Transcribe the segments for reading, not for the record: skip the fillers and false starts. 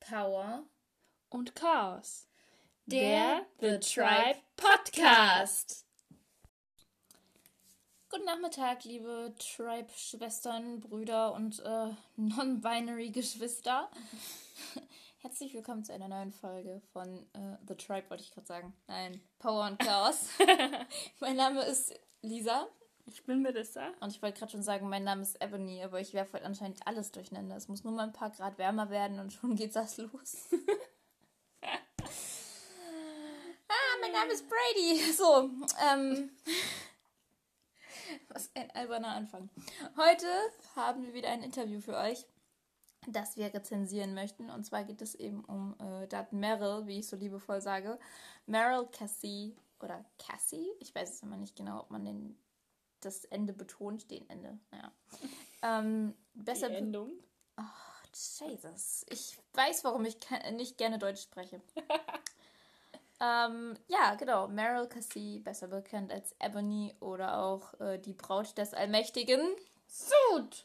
Power und Chaos. Der The Tribe Podcast. Guten Nachmittag, liebe Tribe-Schwestern, Brüder und Non-Binary-Geschwister. Herzlich willkommen zu einer neuen Folge von The Tribe, wollte ich gerade sagen. Nein, Power und Chaos. Mein Name ist Lisa. Ich bin Melissa. Und ich wollte gerade schon sagen, mein Name ist Ebony, aber ich werfe heute anscheinend alles durcheinander. Es muss nur mal ein paar Grad wärmer werden und schon geht das los. Mein Name ist Brady. So, was ein alberner Anfang. Heute haben wir wieder ein Interview für euch, das wir rezensieren möchten. Und zwar geht es eben um dat Meryl, wie ich so liebevoll sage. Meryl Cassie oder Cassie. Ich weiß es immer nicht genau, ob man das Ende betont. Den Ende, naja. Besser die Endung. Oh, Jesus. Ich weiß, warum ich nicht gerne Deutsch spreche. Ja, genau. Meryl Cassie, besser bekannt als Ebony oder auch die Braut des Allmächtigen. Sud!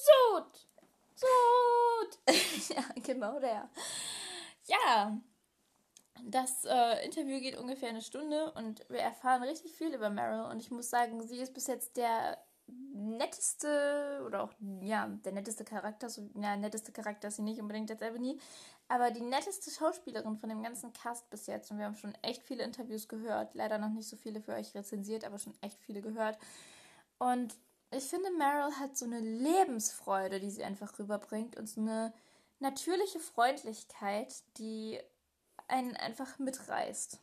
Ja, genau der. Ja, das Interview geht ungefähr eine Stunde und wir erfahren richtig viel über Meryl und ich muss sagen, sie ist bis jetzt der netteste oder auch, ja, der netteste Charakter, netteste Charakter ist sie nicht unbedingt als Ebony, aber die netteste Schauspielerin von dem ganzen Cast bis jetzt und wir haben schon echt viele Interviews gehört, leider noch nicht so viele für euch rezensiert, aber schon echt viele gehört und ich finde, Meryl hat so eine Lebensfreude, die sie einfach rüberbringt und so eine natürliche Freundlichkeit, die einen einfach mitreißt.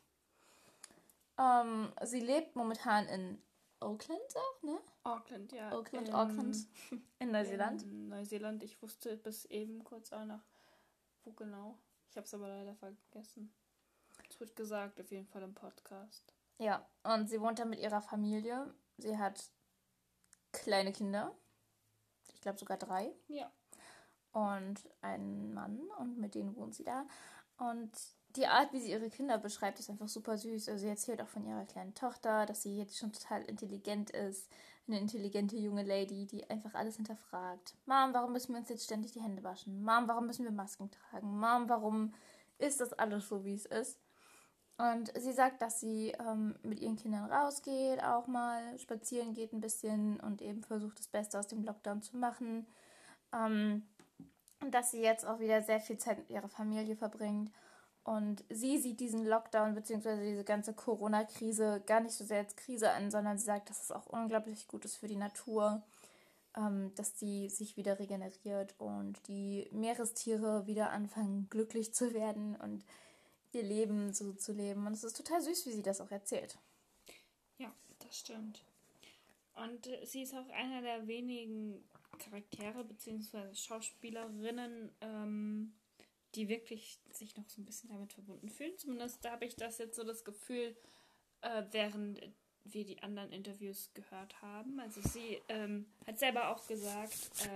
Sie lebt momentan in Auckland auch, ne? Auckland, ja. Auckland. In Neuseeland. In Neuseeland. Ich wusste bis eben kurz auch noch, wo genau. Ich habe es aber leider vergessen. Es wird gesagt, auf jeden Fall im Podcast. Ja, und sie wohnt da mit ihrer Familie. Sie hat kleine Kinder. Ich glaube sogar 3. Ja. Und einen Mann und mit denen wohnt sie da. Und die Art, wie sie ihre Kinder beschreibt, ist einfach super süß. Also sie erzählt auch von ihrer kleinen Tochter, dass sie jetzt schon total intelligent ist. Eine intelligente junge Lady, die einfach alles hinterfragt. Mom, warum müssen wir uns jetzt ständig die Hände waschen? Mom, warum müssen wir Masken tragen? Mom, warum ist das alles so, wie es ist? Und sie sagt, dass sie mit ihren Kindern rausgeht, auch mal spazieren geht ein bisschen und eben versucht, das Beste aus dem Lockdown zu machen. Und dass sie jetzt auch wieder sehr viel Zeit mit ihrer Familie verbringt. Und sie sieht diesen Lockdown bzw. diese ganze Corona-Krise gar nicht so sehr als Krise an, sondern sie sagt, dass es auch unglaublich gut ist für die Natur, dass die sich wieder regeneriert und die Meerestiere wieder anfangen, glücklich zu werden und ihr Leben so zu leben. Und es ist total süß, wie sie das auch erzählt. Ja, das stimmt. Und sie ist auch einer der wenigen Charaktere bzw. Schauspielerinnen, die wirklich sich noch so ein bisschen damit verbunden fühlen. Zumindest da habe ich das jetzt so das Gefühl, während wir die anderen Interviews gehört haben. Also sie hat selber auch gesagt,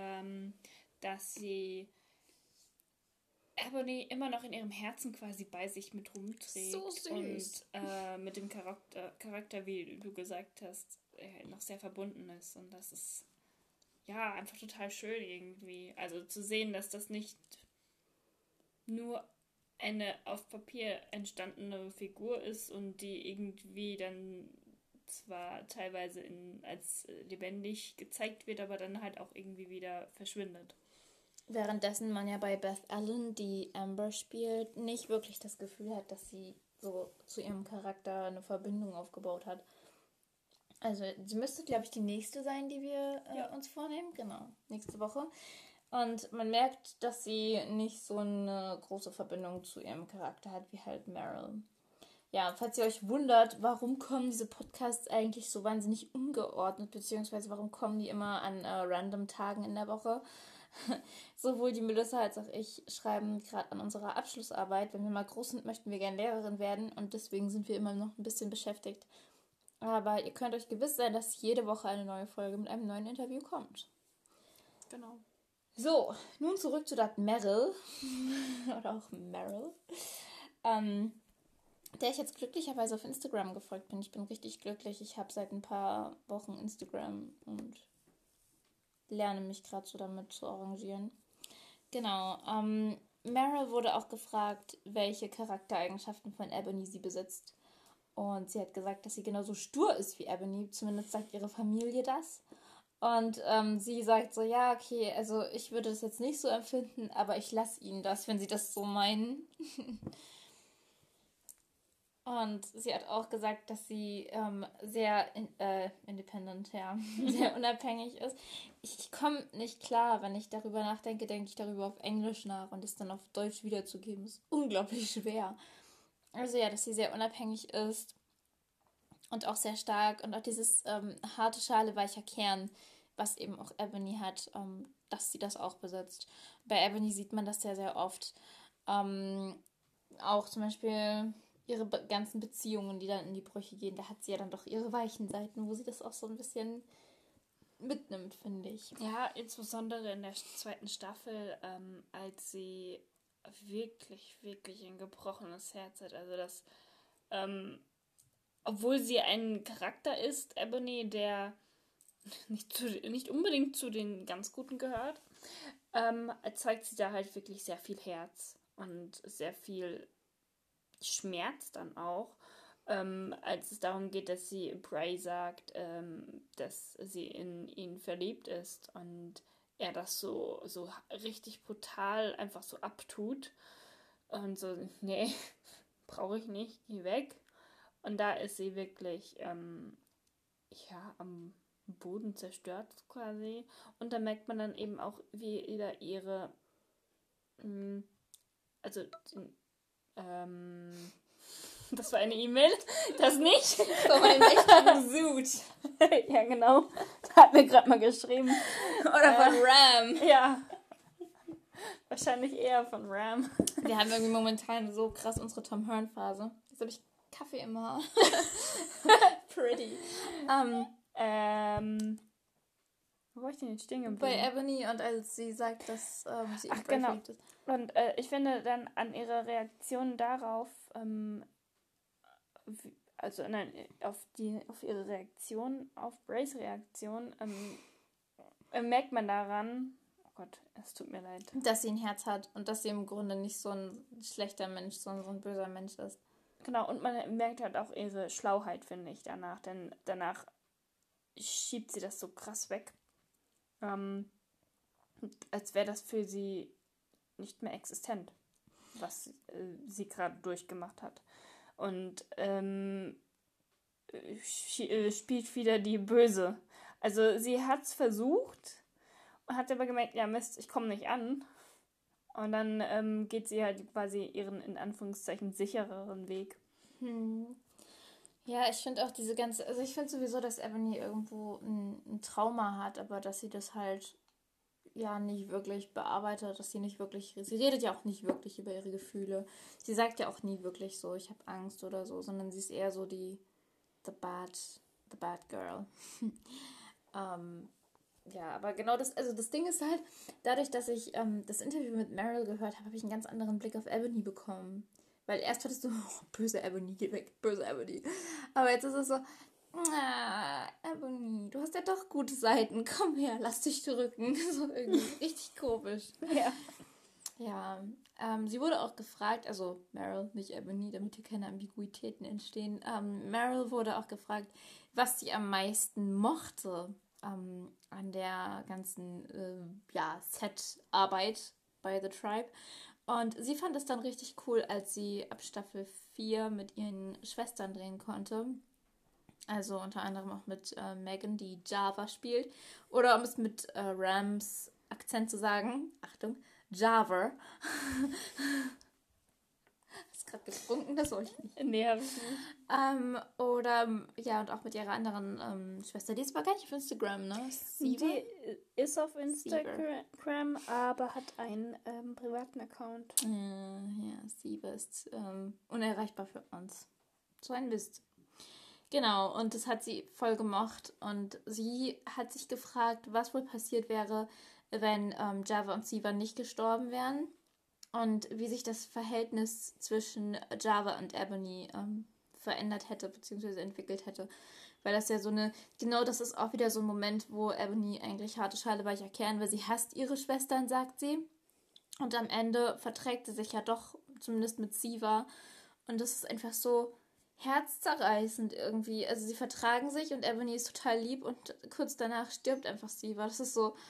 dass sie Ebony immer noch in ihrem Herzen quasi bei sich mit rumträgt. So süß. Und mit dem Charakter, wie du gesagt hast, noch sehr verbunden ist. Und das ist ja einfach total schön irgendwie. Also zu sehen, dass das nicht nur eine auf Papier entstandene Figur ist und die irgendwie dann zwar teilweise als lebendig gezeigt wird, aber dann halt auch irgendwie wieder verschwindet. Währenddessen man ja bei Beth Allen, die Amber spielt, nicht wirklich das Gefühl hat, dass sie so zu ihrem Charakter eine Verbindung aufgebaut hat. Also sie müsste, glaube ich, die nächste sein, die wir uns vornehmen. Genau, nächste Woche. Und man merkt, dass sie nicht so eine große Verbindung zu ihrem Charakter hat, wie halt Meryl. Ja, falls ihr euch wundert, warum kommen diese Podcasts eigentlich so wahnsinnig ungeordnet, beziehungsweise warum kommen die immer an random Tagen in der Woche? Sowohl die Melissa als auch ich schreiben gerade an unserer Abschlussarbeit. Wenn wir mal groß sind, möchten wir gerne Lehrerin werden und deswegen sind wir immer noch ein bisschen beschäftigt. Aber ihr könnt euch gewiss sein, dass jede Woche eine neue Folge mit einem neuen Interview kommt. Genau. So, nun zurück zu dat Meryl. Oder auch Meryl. Der ich jetzt glücklicherweise auf Instagram gefolgt bin. Ich bin richtig glücklich. Ich habe seit ein paar Wochen Instagram und lerne mich gerade so damit zu arrangieren. Genau. Meryl wurde auch gefragt, welche Charaktereigenschaften von Ebony sie besitzt. Und sie hat gesagt, dass sie genauso stur ist wie Ebony. Zumindest sagt ihre Familie das. Und sie sagt so, ja, okay, also ich würde das jetzt nicht so empfinden, aber ich lasse ihnen das, wenn sie das so meinen. Und sie hat auch gesagt, dass sie sehr independent, ja, sehr unabhängig ist. Ich komme nicht klar, wenn ich darüber nachdenke, denke ich darüber auf Englisch nach und es dann auf Deutsch wiederzugeben, ist unglaublich schwer. Also ja, dass sie sehr unabhängig ist und auch sehr stark und auch dieses harte Schale, weicher Kern, was eben auch Ebony hat, dass sie das auch besitzt. Bei Ebony sieht man das sehr, sehr oft. Auch zum Beispiel ihre ganzen Beziehungen, die dann in die Brüche gehen, da hat sie ja dann doch ihre weichen Seiten, wo sie das auch so ein bisschen mitnimmt, finde ich. Ja, insbesondere in der zweiten Staffel, als sie wirklich, wirklich ein gebrochenes Herz hat. Also das, obwohl sie ein Charakter ist, Ebony, der nicht unbedingt zu den ganz Guten gehört, zeigt sie da halt wirklich sehr viel Herz und sehr viel Schmerz dann auch, als es darum geht, dass sie Bray sagt, dass sie in ihn verliebt ist und er das so richtig brutal einfach so abtut und so, nee, brauche ich nicht, geh weg. Und da ist sie wirklich, am Boden zerstört quasi. Und da merkt man dann eben auch, wie ihre, also, das war eine E-Mail, das nicht. Das war mein mächtigen Suit. Ja, genau. Hat mir gerade mal geschrieben. Oder von Ram. Ja. Wahrscheinlich eher von Ram. Wir haben irgendwie momentan so krass unsere Tom Hearn-Phase. Jetzt habe ich Kaffee im Haar. Pretty. Wo war ich denn jetzt stehen geblieben? Bei Ebony und als sie sagt, dass sie Ach, genau. Ist. Und ich finde dann an ihrer Reaktion darauf, auf ihre Reaktion, auf Brays Reaktion, merkt man daran, oh Gott, es tut mir leid. Dass sie ein Herz hat und dass sie im Grunde nicht so ein schlechter Mensch, sondern so ein böser Mensch ist. Genau, und man merkt halt auch ihre Schlauheit, finde ich, danach. Denn danach schiebt sie das so krass weg. Als wäre das für sie nicht mehr existent, was sie gerade durchgemacht hat. Und spielt wieder die Böse. Also sie hat es versucht und hat aber gemerkt, ja Mist, ich komme nicht an. Und dann geht sie halt quasi ihren, in Anführungszeichen, sichereren Weg. Ja, ich finde auch also ich finde sowieso, dass Ebony irgendwo ein Trauma hat, aber dass sie das halt ja nicht wirklich bearbeitet, sie redet ja auch nicht wirklich über ihre Gefühle. Sie sagt ja auch nie wirklich so, ich habe Angst oder so, sondern sie ist eher so the bad girl. Ja, aber genau das Ding ist halt, dadurch, dass ich das Interview mit Meryl gehört habe, habe ich einen ganz anderen Blick auf Ebony bekommen. Weil erst hattest du, böse Ebony, geh weg, böse Ebony. Aber jetzt ist es so, Ebony, du hast ja doch gute Seiten, komm her, lass dich drücken. So irgendwie richtig komisch. Ja. Ja, sie wurde auch gefragt, also Meryl, nicht Ebony, damit hier keine Ambiguitäten entstehen. Meryl wurde auch gefragt, was sie am meisten mochte an der ganzen Set-Arbeit bei The Tribe. Und sie fand es dann richtig cool, als sie ab Staffel 4 mit ihren Schwestern drehen konnte. Also unter anderem auch mit Megan, die Java spielt. Oder um es mit Rams Akzent zu sagen, Achtung, Java. Hast gerade getrunken, das wollte ich nicht. Nee, hab ich nicht. Und auch mit ihrer anderen Schwester, die ist aber gar nicht auf Instagram, ne? Die ist auf Instagram, aber hat einen privaten Account. Ja, Siebe ist unerreichbar für uns. So ein Mist. Genau, und das hat sie voll gemocht. Und sie hat sich gefragt, was wohl passiert wäre, wenn Java und Siva nicht gestorben wären. Und wie sich das Verhältnis zwischen Java und Ebony verändert hätte, beziehungsweise entwickelt hätte. Weil das ja genau das ist auch wieder so ein Moment, wo Ebony eigentlich harte Schale weicher Kern, weil sie hasst ihre Schwestern, sagt sie. Und am Ende verträgt sie sich ja doch, zumindest mit Siva. Und das ist einfach so herzzerreißend irgendwie. Also sie vertragen sich und Ebony ist total lieb und kurz danach stirbt einfach Siva. Das ist so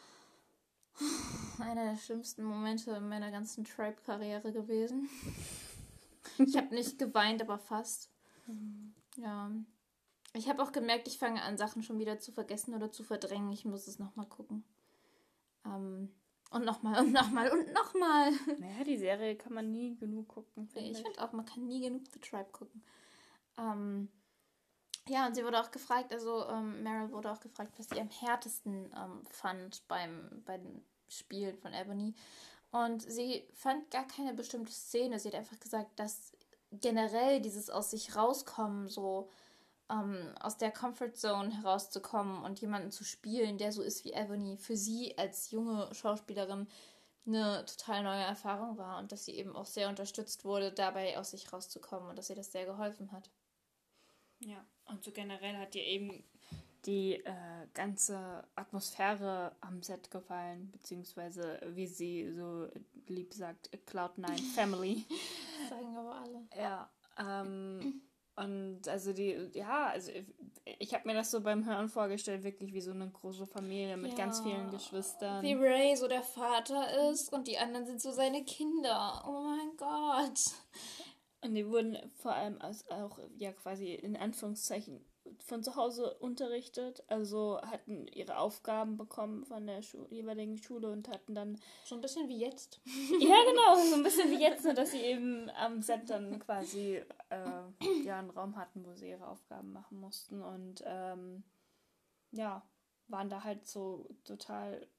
einer der schlimmsten Momente in meiner ganzen Tribe-Karriere gewesen. Ich habe nicht geweint, aber fast. Ja. Ich habe auch gemerkt, ich fange an, Sachen schon wieder zu vergessen oder zu verdrängen. Ich muss es nochmal gucken. Und nochmal und nochmal und nochmal. Naja, die Serie kann man nie genug gucken, finde ich. Ich finde auch, man kann nie genug The Tribe gucken. Ja, und sie wurde auch gefragt, also Meryl wurde auch gefragt, was sie am härtesten fand bei den Spielen von Ebony. Und sie fand gar keine bestimmte Szene. Sie hat einfach gesagt, dass generell dieses aus sich rauskommen, so aus der Comfortzone herauszukommen und jemanden zu spielen, der so ist wie Ebony, für sie als junge Schauspielerin eine total neue Erfahrung war und dass sie eben auch sehr unterstützt wurde, dabei aus sich rauszukommen und dass ihr das sehr geholfen hat. Ja, und so generell hat dir eben die ganze Atmosphäre am Set gefallen, beziehungsweise wie sie so lieb sagt, Cloud9 Family. Das sagen aber alle. Ja, und also also ich habe mir das so beim Hören vorgestellt, wirklich wie so eine große Familie mit ganz vielen Geschwistern. Wie Ray so der Vater ist und die anderen sind so seine Kinder. Oh mein Gott. Und die wurden vor allem auch ja quasi in Anführungszeichen von zu Hause unterrichtet, also hatten ihre Aufgaben bekommen von der jeweiligen Schule und hatten dann... So ein bisschen wie jetzt. Ja, genau, so ein bisschen wie jetzt, nur dass sie eben am Set dann quasi ja, einen Raum hatten, wo sie ihre Aufgaben machen mussten und ja, waren da halt so total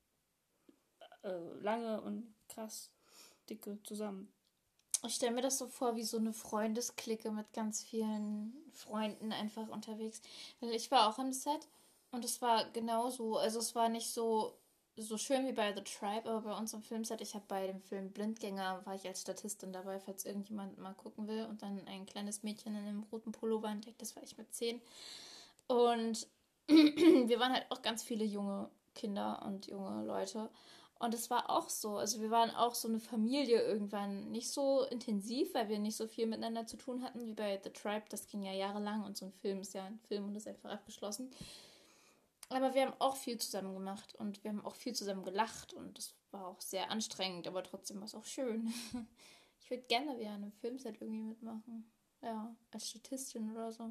lange und krass dicke zusammen. Ich stelle mir das so vor, wie so eine Freundesklicke mit ganz vielen Freunden einfach unterwegs. Weil ich war auch im Set und es war genauso. Also es war nicht so schön wie bei The Tribe, aber bei uns im Filmset, ich habe bei dem Film Blindgänger, war ich als Statistin dabei, falls irgendjemand mal gucken will. Und dann ein kleines Mädchen in einem roten Pullover entdeckt, das war ich mit 10. Und wir waren halt auch ganz viele junge Kinder und junge Leute. Und es war auch so. Also wir waren auch so eine Familie irgendwann. Nicht so intensiv, weil wir nicht so viel miteinander zu tun hatten wie bei The Tribe. Das ging ja jahrelang und so ein Film ist ja ein Film und ist einfach abgeschlossen. Aber wir haben auch viel zusammen gemacht und wir haben auch viel zusammen gelacht und das war auch sehr anstrengend, aber trotzdem war es auch schön. Ich würde gerne wieder an einem Filmset irgendwie mitmachen. Ja, als Statistin oder so.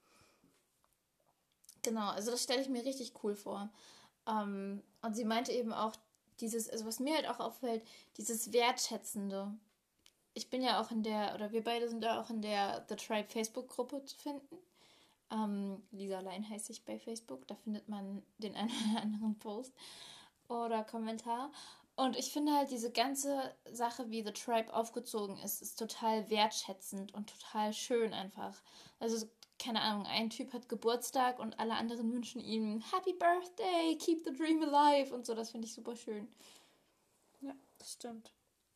Genau, also das stelle ich mir richtig cool vor. Und sie meinte eben auch, also was mir halt auch auffällt, dieses Wertschätzende. Ich bin ja auch wir beide sind ja auch in der The Tribe Facebook-Gruppe zu finden. Lisa Lein heiße ich bei Facebook, da findet man den einen oder anderen Post oder Kommentar. Und ich finde halt, diese ganze Sache, wie The Tribe aufgezogen ist total wertschätzend und total schön einfach. Also, keine Ahnung, ein Typ hat Geburtstag und alle anderen wünschen ihm Happy Birthday, keep the dream alive und so. Das finde ich super schön. Ja, das stimmt.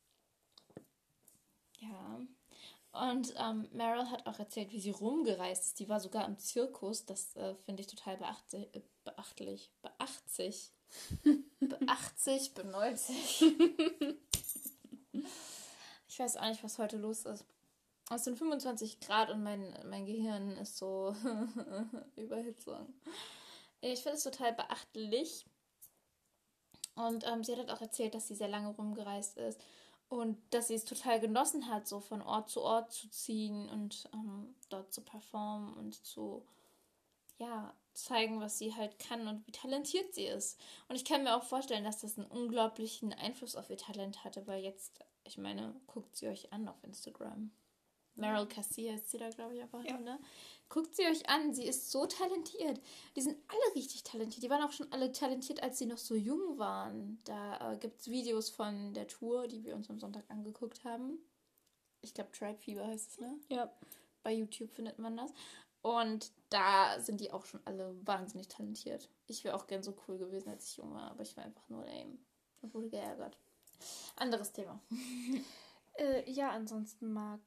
Ja. Und Meryl hat auch erzählt, wie sie rumgereist ist. Die war sogar im Zirkus. Das finde ich total beachtlich. Benäuzig. Ich weiß auch nicht, was heute los ist. Es sind 25 Grad und mein Gehirn ist so Überhitzung. Ich finde es total beachtlich. Und sie hat auch erzählt, dass sie sehr lange rumgereist ist. Und dass sie es total genossen hat, so von Ort zu Ort zu ziehen und dort zu performen und zu, ja, zeigen, was sie halt kann und wie talentiert sie ist. Und ich kann mir auch vorstellen, dass das einen unglaublichen Einfluss auf ihr Talent hatte, weil jetzt, ich meine, guckt sie euch an auf Instagram. Meryl Cassie ist sie da, glaube ich, einfach. Ja. Ne? Guckt sie euch an, sie ist so talentiert. Die sind alle richtig talentiert. Die waren auch schon alle talentiert, als sie noch so jung waren. Da gibt es Videos von der Tour, die wir uns am Sonntag angeguckt haben. Ich glaube, Tribe Fever heißt es, ne? Ja. Bei YouTube findet man das. Und da sind die auch schon alle wahnsinnig talentiert. Ich wäre auch gern so cool gewesen, als ich jung war, aber ich war einfach nur lame und wurde geärgert. Anderes Thema. Ja, ansonsten mag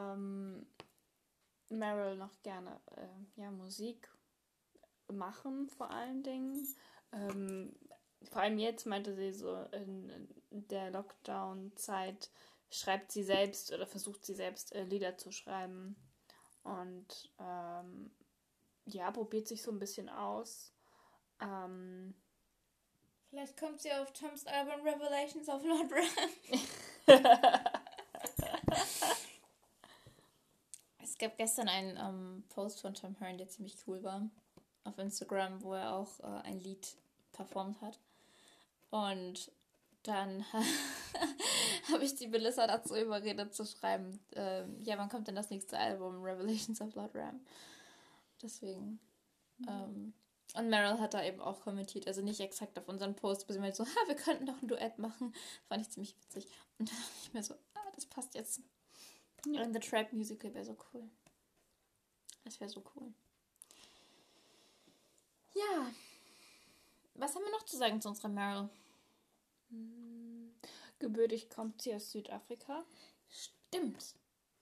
Meryl noch gerne Musik machen, vor allen Dingen. vor allem jetzt meinte sie so, in der Lockdown-Zeit schreibt sie selbst oder versucht sie selbst Lieder zu schreiben. Und ja, probiert sich so ein bisschen aus. Vielleicht kommt sie auf Toms Album Revelations of Lord Ram. Es gab gestern einen Post von Tom Hearn, der ziemlich cool war, auf Instagram, wo er auch ein Lied performt hat. Und dann habe ich die Melissa dazu überredet zu schreiben, ja, wann kommt denn das nächste Album, Revelations of Lord Ram? Deswegen. Und Meryl hat da eben auch kommentiert, also nicht exakt auf unseren Post, aber sie meinte so, wir könnten doch ein Duett machen. Fand ich ziemlich witzig. Und dann dachte ich mir so, das passt jetzt. Ja. Und The Trap Musical wäre so cool. Das wäre so cool. Ja. Was haben wir noch zu sagen zu unserer Meryl? Gebürtig kommt sie aus Südafrika. Stimmt.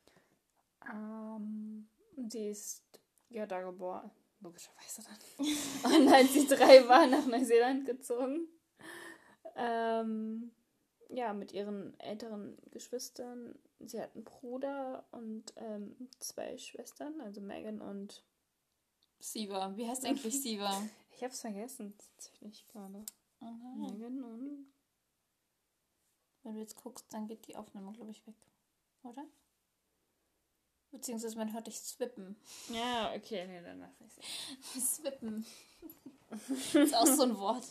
Sie ist ja da geboren. Logischerweise dann. Und als sie 3 war, nach Neuseeland gezogen. Ja, mit ihren älteren Geschwistern. Sie hat einen Bruder und 2 Schwestern, also Megan und Siva. Wie heißt eigentlich Siva? Ich hab's vergessen, tatsächlich gerade. Megan und... Wenn du jetzt guckst, dann geht die Aufnahme, glaube ich, weg. Oder? Beziehungsweise man hört dich swippen. Ja, okay, nee, dann lass ich es. Swippen. Ist auch so ein Wort.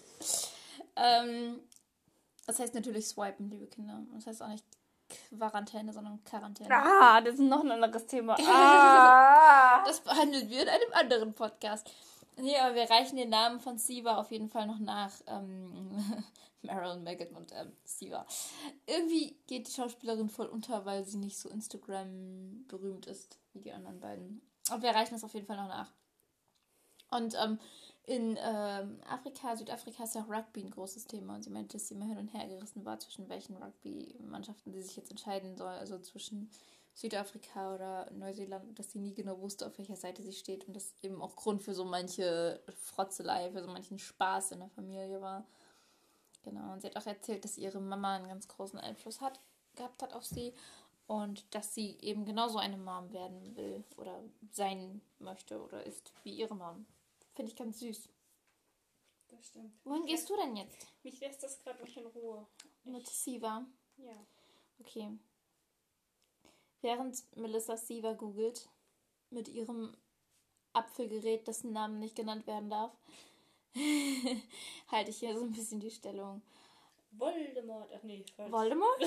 Das heißt natürlich swipen, liebe Kinder. Das heißt auch nicht Quarantäne, sondern Quarantäne. Das ist noch ein anderes Thema. Das behandeln wir in einem anderen Podcast. Nee, aber wir reichen den Namen von Siva auf jeden Fall noch nach. Meryl, Megan und Siva. Irgendwie geht die Schauspielerin voll unter, weil sie nicht so Instagram berühmt ist wie die anderen beiden. Aber wir reichen das auf jeden Fall noch nach. Und in Südafrika ist ja auch Rugby ein großes Thema. Und sie meinte, dass sie immer hin und her gerissen war, zwischen welchen Rugby-Mannschaften sie sich jetzt entscheiden soll. Also zwischen Südafrika oder Neuseeland, dass sie nie genau wusste, auf welcher Seite sie steht. Und das eben auch Grund für so manche Frotzelei, für so manchen Spaß in der Familie war. Genau, und sie hat auch erzählt, dass ihre Mama einen ganz großen Einfluss gehabt hat auf sie und dass sie eben genauso eine Mom werden will oder sein möchte oder ist wie ihre Mom. Finde ich ganz süß. Das stimmt. Wohin gehst du denn jetzt? Mich lässt das gerade nicht in Ruhe. Mit Siva? Ja. Okay. Während Melissa Siva googelt, mit ihrem Apfelgerät, dessen Namen nicht genannt werden darf, halte ich hier so ein bisschen die Stellung. Voldemort. Ach nee, falsch. Voldemort?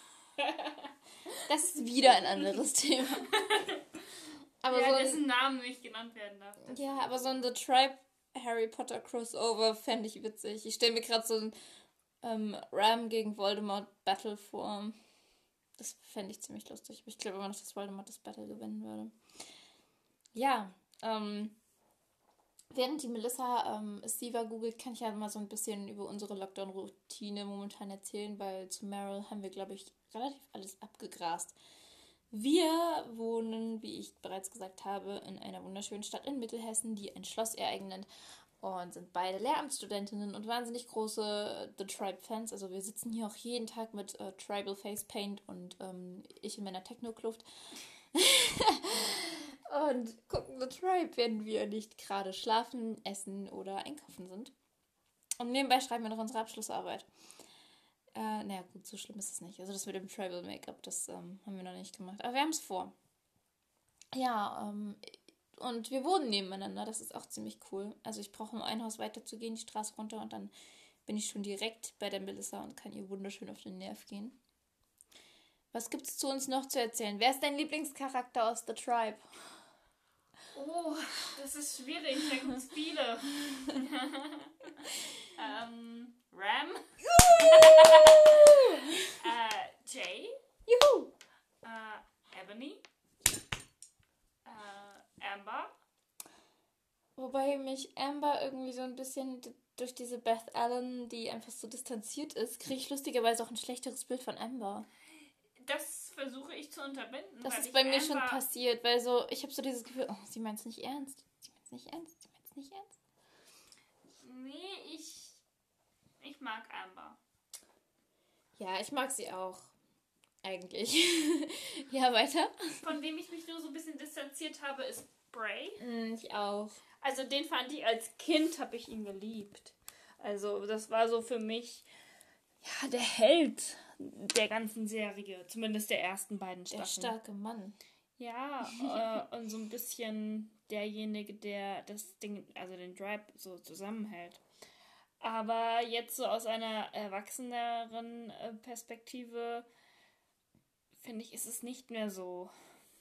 Das ist wieder ein anderes Thema. Aber ja, so dessen Namen nicht genannt werden darf. Ja, aber so ein The Tribe Harry Potter Crossover fände ich witzig. Ich stelle mir gerade so ein Ram gegen Voldemort Battle vor. Das fände ich ziemlich lustig. Ich glaube immer noch, dass Voldemort das Battle gewinnen würde. Ja, während die Melissa Siva googelt, kann ich ja mal so ein bisschen über unsere Lockdown-Routine momentan erzählen, weil zu Meryl haben wir, glaube ich, relativ alles abgegrast. Wir wohnen, wie ich bereits gesagt habe, in einer wunderschönen Stadt in Mittelhessen, die ein Schloss ereignet und sind beide Lehramtsstudentinnen und wahnsinnig große The Tribe-Fans. Also wir sitzen hier auch jeden Tag mit Tribal Face Paint und ich in meiner Techno-Kluft und gucken The Tribe, wenn wir nicht gerade schlafen, essen oder einkaufen sind. Und nebenbei schreiben wir noch unsere Abschlussarbeit. Naja, gut, so schlimm ist es nicht. Also das mit dem Tribal Make-up, das haben wir noch nicht gemacht. Aber wir haben es vor. Ja, und wir wohnen nebeneinander. Das ist auch ziemlich cool. Also ich brauche nur ein Haus weiter zu gehen, die Straße runter und dann bin ich schon direkt bei der Melissa und kann ihr wunderschön auf den Nerv gehen. Was gibt's zu uns noch zu erzählen? Wer ist dein Lieblingscharakter aus The Tribe? Oh, das ist schwierig. Da gibt es viele. Ram. Jay. Juhu! Ebony. Amber. Wobei mich Amber irgendwie so ein bisschen durch diese Beth Allen, die einfach so distanziert ist, kriege ich lustigerweise auch ein schlechteres Bild von Amber. Das versuche ich zu unterbinden. Das ist bei mir schon passiert, weil so, ich habe so dieses Gefühl, oh, sie meint es nicht ernst. Sie meint es nicht ernst. Sie meint es nicht ernst. Nee, Ich mag Amber. Ja, ich mag sie auch. Eigentlich. Ja, weiter. Von wem ich mich nur so ein bisschen distanziert habe, ist Bray. Ich auch. Also den fand ich als Kind, habe ich ihn geliebt. Also das war so für mich ja der Held der ganzen Serie. Zumindest der ersten beiden Staffeln. Der starke Mann. Ja, und so ein bisschen derjenige, der das Ding, also den Tribe so zusammenhält. Aber jetzt so aus einer erwachseneren Perspektive, finde ich, ist es nicht mehr so.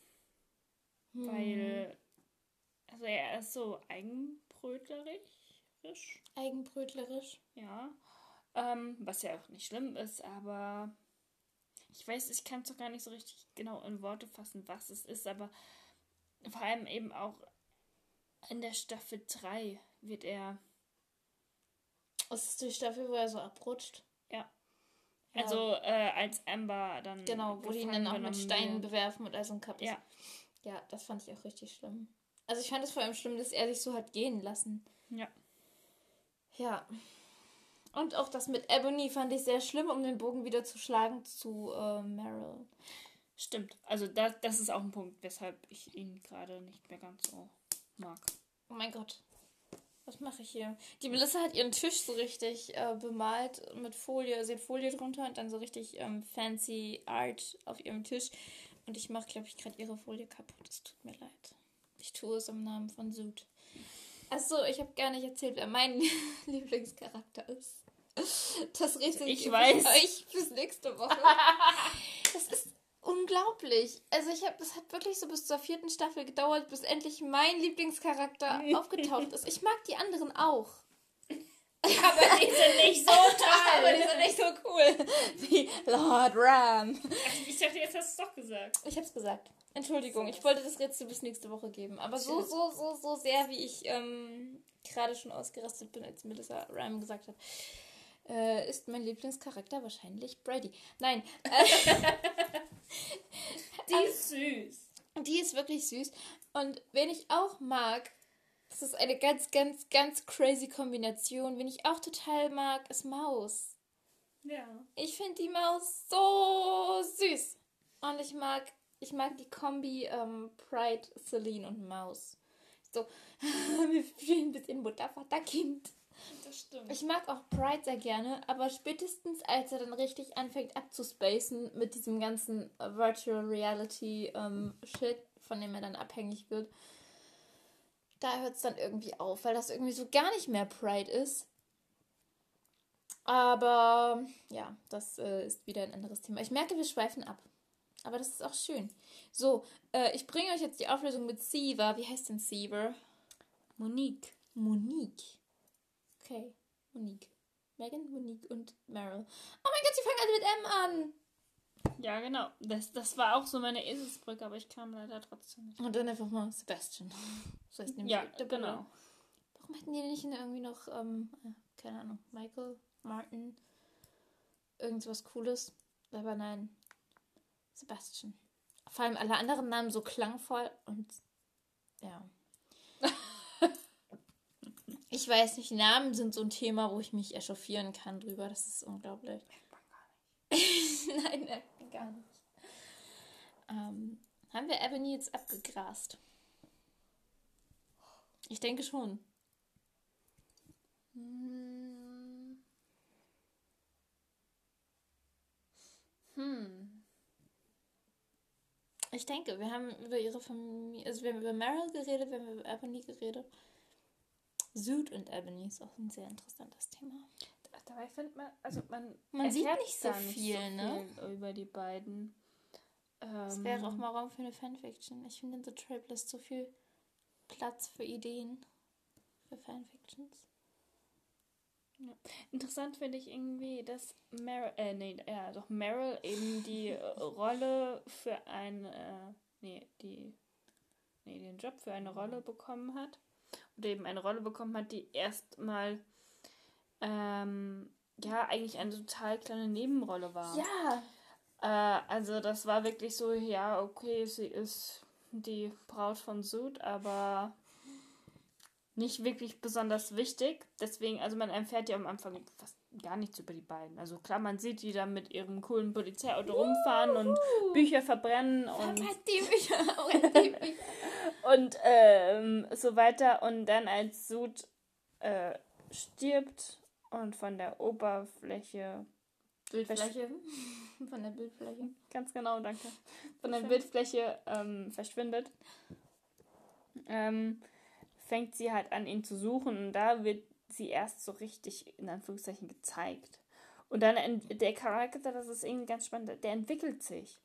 Weil, also er ist so eigenbrötlerisch. Eigenbrötlerisch. Ja. Was ja auch nicht schlimm ist, aber ich weiß, ich kann es doch gar nicht so richtig genau in Worte fassen, was es ist, aber vor allem eben auch in der Staffel 3 wird er. Das ist die Staffel, wo er so abrutscht. Ja. Also als Amber dann. Genau, wo die ihn dann auch mit Steinen bewerfen und also ein Cup ist. Ja. Ja, das fand ich auch richtig schlimm. Also ich fand es vor allem schlimm, dass er sich so hat gehen lassen. Ja. Ja. Und auch das mit Ebony fand ich sehr schlimm, um den Bogen wieder zu schlagen zu Meryl. Stimmt. Also das ist auch ein Punkt, weshalb ich ihn gerade nicht mehr ganz so mag. Oh mein Gott. Was mache ich hier? Die Melissa hat ihren Tisch so richtig bemalt mit Folie. Sie hat Folie drunter und dann so richtig fancy Art auf ihrem Tisch. Und ich mache, glaube ich, gerade ihre Folie kaputt. Es tut mir leid. Ich tue es im Namen von Sud. Achso, ich habe gar nicht erzählt, wer mein Lieblingscharakter ist. Das Rätsel ich weiß. Euch bis nächste Woche. Das ist unglaublich. Also es hat wirklich so bis zur 4. Staffel gedauert, bis endlich mein Lieblingscharakter aufgetaucht ist. Ich mag die anderen auch. Aber die sind nicht so toll. Aber die sind nicht so cool wie Lord Ram. Ich dachte, jetzt hast du es doch gesagt. Ich hab's gesagt. Entschuldigung, ich wollte das Rätsel bis nächste Woche geben. Aber so sehr, wie ich gerade schon ausgerastet bin, als Melissa Ram gesagt hat, ist mein Lieblingscharakter wahrscheinlich Brady. Nein. Die ist süß. Die ist wirklich süß. Und wen ich auch mag, das ist eine ganz, ganz, ganz crazy Kombination. Wen ich auch total mag, ist Maus. Ja. Ich finde die Maus so süß. Und ich mag die Kombi Pride, Celine und Maus. So, wir spielen ein bisschen Mutter, Vater, Kind. Das stimmt. Ich mag auch Pride sehr gerne, aber spätestens als er dann richtig anfängt abzuspacen mit diesem ganzen Virtual Reality Shit, von dem er dann abhängig wird, da hört es dann irgendwie auf, weil das irgendwie so gar nicht mehr Pride ist. Aber ja, das ist wieder ein anderes Thema. Ich merke, wir schweifen ab. Aber das ist auch schön. So, ich bringe euch jetzt die Auflösung mit Seaver. Wie heißt denn Seaver? Monique. Okay, Monique. Megan, Monique und Meryl. Oh mein Gott, sie fangen alle mit M an. Ja, genau. Das war auch so meine Eselsbrücke, aber ich kam leider trotzdem nicht. Und dann einfach mal Sebastian. So heißt nämlich ja, der genau. Bruder. Warum hätten die nicht irgendwie noch, keine Ahnung, Michael, Martin, irgendwas Cooles? Aber nein, Sebastian. Vor allem alle anderen Namen so klangvoll und ja. Ich weiß nicht, Namen sind so ein Thema, wo ich mich echauffieren kann drüber. Das ist unglaublich. Merkt man gar nicht. Nein, merkt man gar nicht. Haben wir Ebony jetzt abgegrast? Ich denke schon. Ich denke, wir haben über ihre Familie, also wir haben über Meryl geredet, wir haben über Ebony geredet. Sud und Ebony ist auch ein sehr interessantes Thema. Dabei findet man, also man sieht erfährt nicht so gar nicht viel, so ne? viel über die beiden. Das wäre auch mal Raum für eine Fanfiction. Ich finde in The Trailblist so viel Platz für Ideen für Fanfictions. Ja. Interessant finde ich irgendwie, dass Meryl eben die Rolle für den Job für eine Rolle bekommen hat. Oder eben eine Rolle bekommen hat, die erstmal eigentlich eine total kleine Nebenrolle war. Ja. Also das war wirklich so, ja, okay, sie ist die Braut von Sud, aber nicht wirklich besonders wichtig. Deswegen, also man erfährt ja am Anfang fast gar nichts über die beiden. Also klar, man sieht die da mit ihrem coolen Polizeiauto rumfahren und Bücher verbrennen und und so weiter. Und dann als Sud stirbt und von der Oberfläche Bildfläche. Von der Bildfläche. ganz genau, danke. Von der Bildfläche verschwindet, fängt sie halt an, ihn zu suchen. Und da wird sie erst so richtig, in Anführungszeichen, gezeigt. Und dann der Charakter, das ist irgendwie ganz spannend, der entwickelt sich.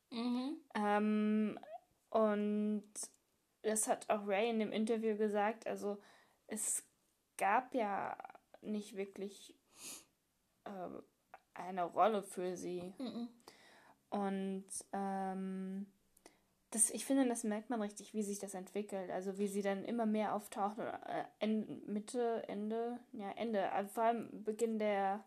Und das hat auch Ray in dem Interview gesagt, also es gab ja nicht wirklich eine Rolle für sie. Und ich finde, das merkt man richtig, wie sich das entwickelt. Also wie sie dann immer mehr auftaucht. Ende, vor allem Beginn der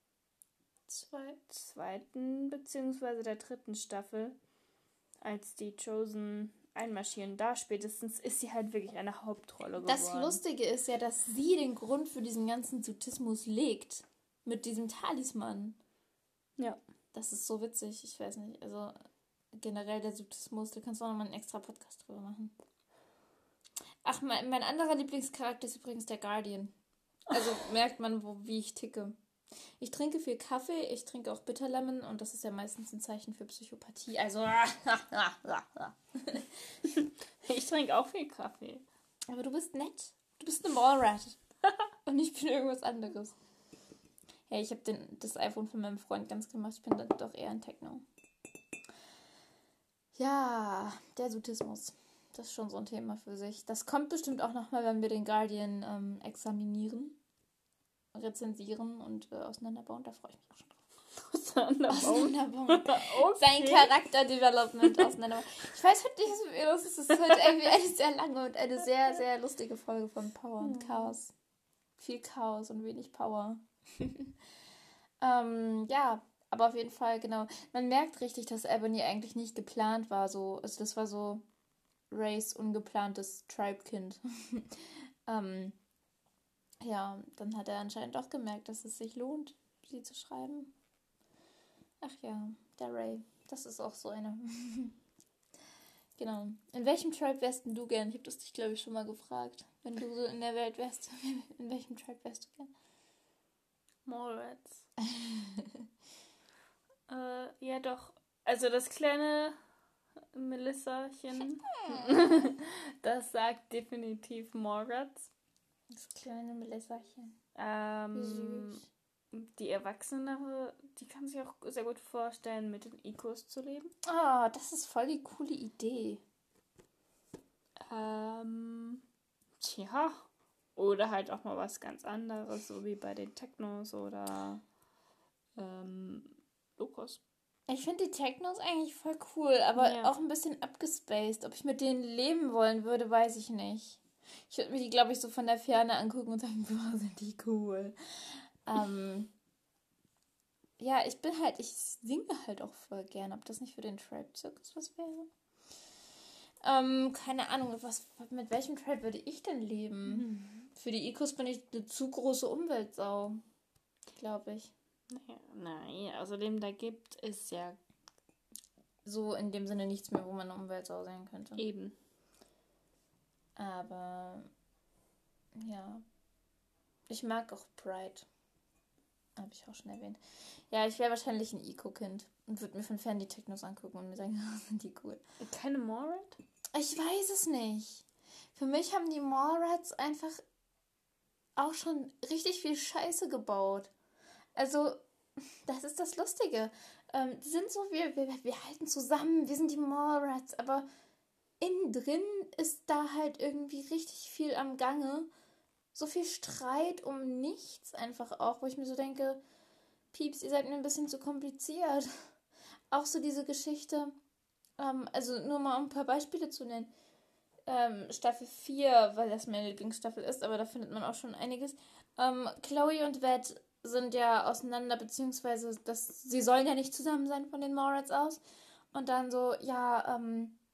zweiten beziehungsweise der dritten Staffel, als die Chosen einmarschieren, da spätestens ist sie halt wirklich eine Hauptrolle geworden. Das Lustige ist ja, dass sie den Grund für diesen ganzen Sudismus legt. Mit diesem Talisman. Ja. Das ist so witzig, ich weiß nicht. Also generell der Sudismus, da kannst du auch nochmal einen extra Podcast drüber machen. Ach, mein anderer Lieblingscharakter ist übrigens der Guardian. Also merkt man, wie ich ticke. Ich trinke viel Kaffee, ich trinke auch Bitterlemon und das ist ja meistens ein Zeichen für Psychopathie. Also ich trinke auch viel Kaffee. Aber du bist nett. Du bist eine Mallrat. Und ich bin irgendwas anderes. Hey, ich habe das iPhone von meinem Freund ganz gemacht. Ich bin dann doch eher ein Techno. Ja, der Sudismus. Das ist schon so ein Thema für sich. Das kommt bestimmt auch nochmal, wenn wir den Guardian examinieren, rezensieren und auseinanderbauen. Da freue ich mich auch schon drauf. Auseinanderbauen. Okay. Sein Charakterdevelopment auseinanderbauen. Ich weiß heute nicht, was mit mir los ist. Es ist heute irgendwie eine sehr lange und eine sehr, sehr lustige Folge von Power und Chaos. Viel Chaos und wenig Power. Ja, aber auf jeden Fall, genau. Man merkt richtig, dass Ebony eigentlich nicht geplant war. Also das war so Rays ungeplantes Tribe-Kind. Ja, dann hat er anscheinend auch gemerkt, dass es sich lohnt, sie zu schreiben. Ach ja, der Ray. Das ist auch so eine. Genau. In welchem Tribe wärst denn du gern? Ich habe das dich, glaube ich, schon mal gefragt. Wenn du so in der Welt wärst, in welchem Tribe wärst du gern? Mallrats. Ja, doch. Also das kleine Melissachen, das sagt definitiv Mallrats. Das kleine Melissachen. Süß. Die Erwachsenere, die kann sich auch sehr gut vorstellen, mit den Icos zu leben. Oh, das ist voll die coole Idee. Tja. Oder halt auch mal was ganz anderes, so wie bei den Technos oder Lokos. Ich finde die Technos eigentlich voll cool, aber auch ein bisschen abgespaced. Ob ich mit denen leben wollen würde, weiß ich nicht. Ich würde mir die, glaube ich, so von der Ferne angucken und sagen, boah, sind die cool. Ja, ich singe halt auch voll gern. Ob das nicht für den Tribe-Zirkus was wäre? Keine Ahnung, mit welchem Tribe würde ich denn leben? Für die Icos bin ich eine zu große Umweltsau, glaube ich. Nein, außerdem da gibt es ja so in dem Sinne nichts mehr, wo man eine Umweltsau sein könnte. Eben. Aber ja, ich mag auch Pride. Habe ich auch schon erwähnt. Ja, ich wäre wahrscheinlich ein Eco-Kind und würde mir von fern die Technos angucken und mir sagen, sind die cool. Keine Mallrat? Ich weiß es nicht. Für mich haben die Mallrats einfach auch schon richtig viel Scheiße gebaut. Also, das ist das Lustige. Die sind so, wir halten zusammen, wir sind die Mallrats, aber innen drin ist da halt irgendwie richtig viel am Gange. So viel Streit um nichts einfach auch, wo ich mir so denke, Pieps, ihr seid mir ein bisschen zu kompliziert. Auch so diese Geschichte, also nur mal um ein paar Beispiele zu nennen. Staffel 4, weil das meine Lieblingsstaffel ist, aber da findet man auch schon einiges. Chloe und Ved sind ja auseinander, beziehungsweise sie sollen ja nicht zusammen sein von den Mallrats aus. Und dann so, ja,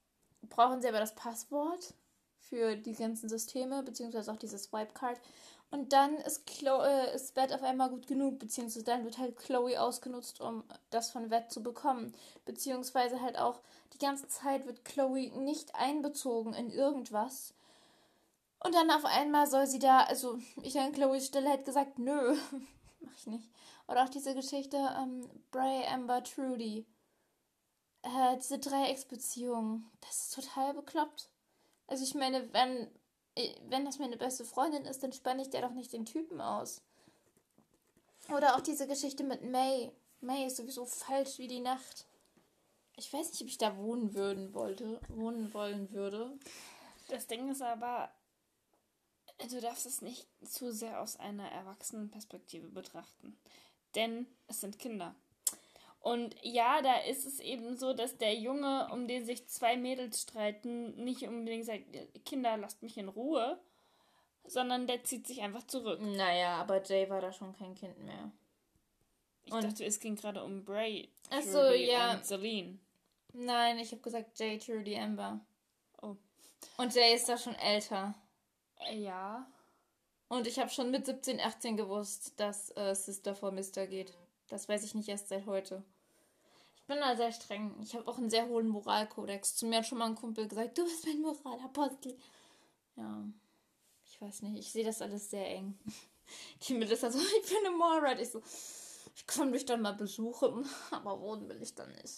brauchen sie aber das Passwort für die ganzen Systeme, beziehungsweise auch diese Swipe-Card. Und dann ist Beth auf einmal gut genug, beziehungsweise dann wird halt Chloe ausgenutzt, um das von Beth zu bekommen. Beziehungsweise halt auch die ganze Zeit wird Chloe nicht einbezogen in irgendwas. Und dann auf einmal soll sie da, also ich an Chloes Stelle hätte gesagt, nö, mach ich nicht. Oder auch diese Geschichte, Bray, Amber, Trudy. Diese Dreiecksbeziehung, das ist total bekloppt. Also ich meine, wenn das meine beste Freundin ist, dann spanne ich der doch nicht den Typen aus. Oder auch diese Geschichte mit May. May ist sowieso falsch wie die Nacht. Ich weiß nicht, ob ich da wohnen wollen würde. Das Ding ist aber, du darfst es nicht zu sehr aus einer Erwachsenenperspektive betrachten. Denn es sind Kinder. Und ja, da ist es eben so, dass der Junge, um den sich zwei Mädels streiten, nicht unbedingt sagt, Kinder, lasst mich in Ruhe, sondern der zieht sich einfach zurück. Naja, aber Jay war da schon kein Kind mehr. Ich dachte, es ging gerade um Bray, Achso, ja. und Celine. Nein, ich habe gesagt Jay, Trudy, Amber. Oh. Und Jay ist da schon älter. Ja. Und ich habe schon mit 17, 18 gewusst, dass Sister vor Mister geht. Das weiß ich nicht erst seit heute. Ich bin da sehr streng. Ich habe auch einen sehr hohen Moralkodex. Zu mir hat schon mal ein Kumpel gesagt, du bist mein Moralapostel. Ja, ich weiß nicht. Ich sehe das alles sehr eng. Die Melissa so, ich bin eine Morat. Ich so, ich kann dich dann mal besuchen, aber wohnen will ich dann nicht.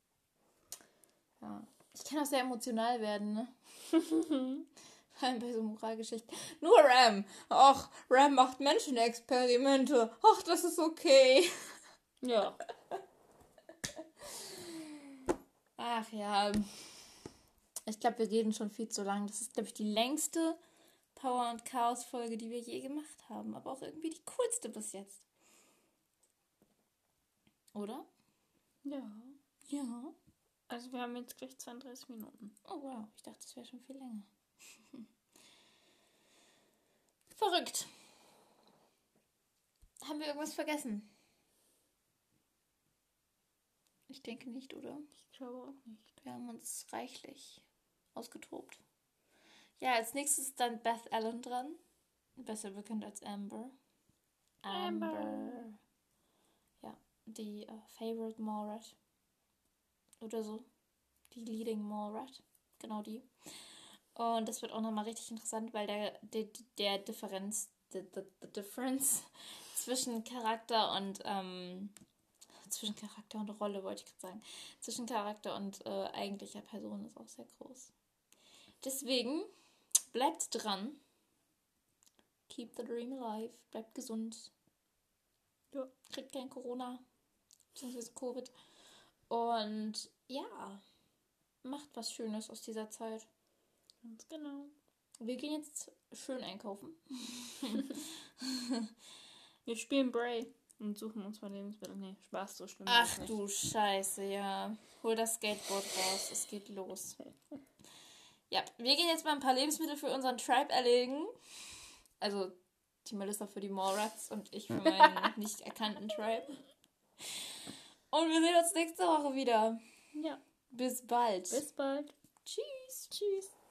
Ja, ich kann auch sehr emotional werden, ne? Vor allem bei so Moralgeschichten. Nur Ram. Ach, Ram macht Menschenexperimente. Ach, das ist okay. Ja. Ach ja. Ich glaube, wir reden schon viel zu lang. Das ist, glaube ich, die längste Power- und Chaos-Folge, die wir je gemacht haben. Aber auch irgendwie die coolste bis jetzt. Oder? Ja. Ja. Also wir haben jetzt gleich 32 Minuten. Oh wow, ich dachte, das wäre schon viel länger. Verrückt. Haben wir irgendwas vergessen? Ich denke nicht, oder? Ich glaube auch nicht. Wir haben uns reichlich ausgetobt. Ja, als nächstes ist dann Beth Allen dran. Besser bekannt als Amber. Amber. Ja, die Favorite Morat. Oder so. Die Leading Morat. Genau die. Und das wird auch nochmal richtig interessant, weil der Differenz zwischen Charakter und Rolle, wollte ich gerade sagen. Zwischen Charakter und eigentlicher Person ist auch sehr groß. Deswegen bleibt dran. Keep the dream alive. Bleibt gesund. Ja. Kriegt kein Corona. Beziehungsweise Covid. Und ja, macht was Schönes aus dieser Zeit. Ganz genau. Wir gehen jetzt schön einkaufen. Wir spielen Bray und suchen uns mal Lebensmittel. Nee, Spaß, so schlimm. Ach du Scheiße, ja. Hol das Skateboard raus, es geht los. Ja, wir gehen jetzt mal ein paar Lebensmittel für unseren Tribe erlegen. Also die Melissa für die Morats und ich für meinen noch nicht erkannten Tribe. Und wir sehen uns nächste Woche wieder. Ja. Bis bald. Bis bald. Tschüss. Tschüss.